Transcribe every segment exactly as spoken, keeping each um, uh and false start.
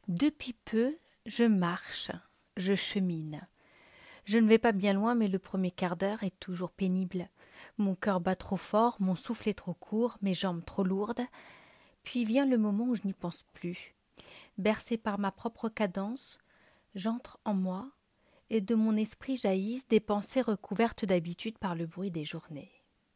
Depuis peu, je marche, je chemine. Je ne vais pas bien loin, mais le premier quart d'heure est toujours pénible. Mon cœur bat trop fort, mon souffle est trop court, mes jambes trop lourdes. Puis vient le moment où je n'y pense plus. Bercé par ma propre cadence, j'entre en moi, et de mon esprit jaillissent des pensées recouvertes d'habitude par le bruit des journées.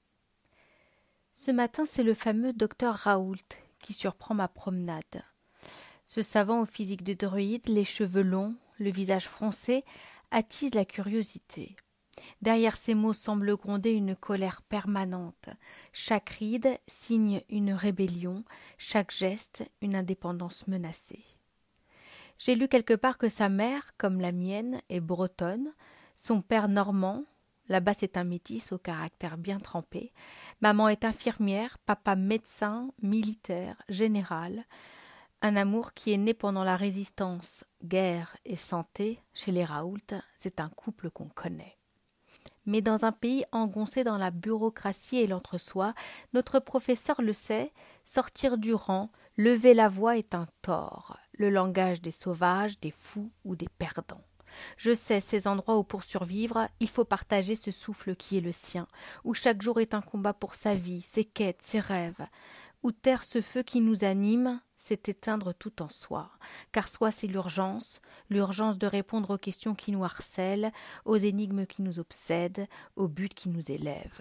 Ce matin, c'est le fameux docteur Raoult qui surprend ma promenade. Ce savant au physique de druide, les cheveux longs, le visage froncé, attise la curiosité. Derrière ces mots semble gronder une colère permanente. Chaque ride signe une rébellion, chaque geste une indépendance menacée. J'ai lu quelque part que sa mère, comme la mienne, est bretonne, son père normand, là-bas c'est un métis au caractère bien trempé, maman est infirmière, papa médecin, militaire, général. Un amour qui est né pendant la résistance, guerre et santé, chez les Raoult, c'est un couple qu'on connaît. Mais dans un pays engoncé dans la bureaucratie et l'entre-soi, notre professeur le sait, sortir du rang, lever la voix est un tort, le langage des sauvages, des fous ou des perdants. Je sais ces endroits où pour survivre, il faut partager ce souffle qui est le sien, où chaque jour est un combat pour sa vie, ses quêtes, ses rêves, où taire ce feu qui nous anime, c'est éteindre tout en soi, car soi c'est l'urgence, l'urgence de répondre aux questions qui nous harcèlent, aux énigmes qui nous obsèdent, aux buts qui nous élèvent.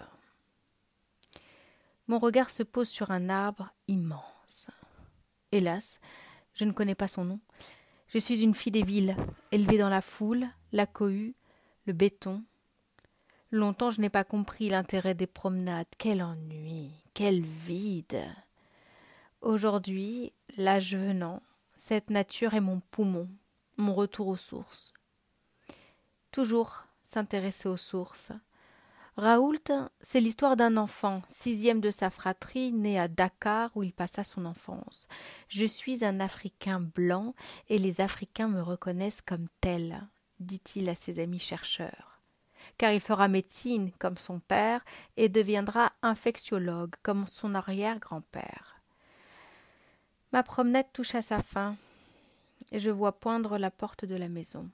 Mon regard se pose sur un arbre immense. Hélas, je ne connais pas son nom. Je suis une fille des villes, élevée dans la foule, la cohue, le béton. Longtemps je n'ai pas compris l'intérêt des promenades. Quel ennui, quel vide. Aujourd'hui, l'âge venant, cette nature est mon poumon, mon retour aux sources. Toujours s'intéresser aux sources. Raoult, c'est l'histoire d'un enfant, sixième de sa fratrie, né à Dakar où il passa son enfance. Je suis un Africain blanc et les Africains me reconnaissent comme tel, dit-il à ses amis chercheurs. Car il fera médecine comme son père et deviendra infectiologue comme son arrière-grand-père. Ma promenade touche à sa fin et je vois poindre la porte de la maison.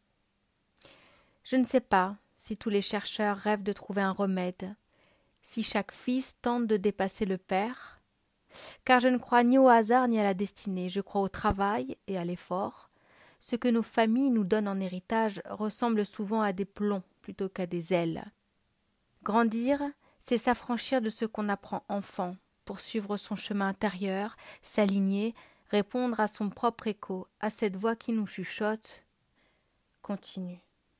Je ne sais pas si tous les chercheurs rêvent de trouver un remède, si chaque fils tente de dépasser le père, car je ne crois ni au hasard ni à la destinée, je crois au travail et à l'effort. Ce que nos familles nous donnent en héritage ressemble souvent à des plombs plutôt qu'à des ailes. Grandir, c'est s'affranchir de ce qu'on apprend enfant, poursuivre son chemin intérieur, s'aligner, répondre à son propre écho, à cette voix qui nous chuchote. Continue.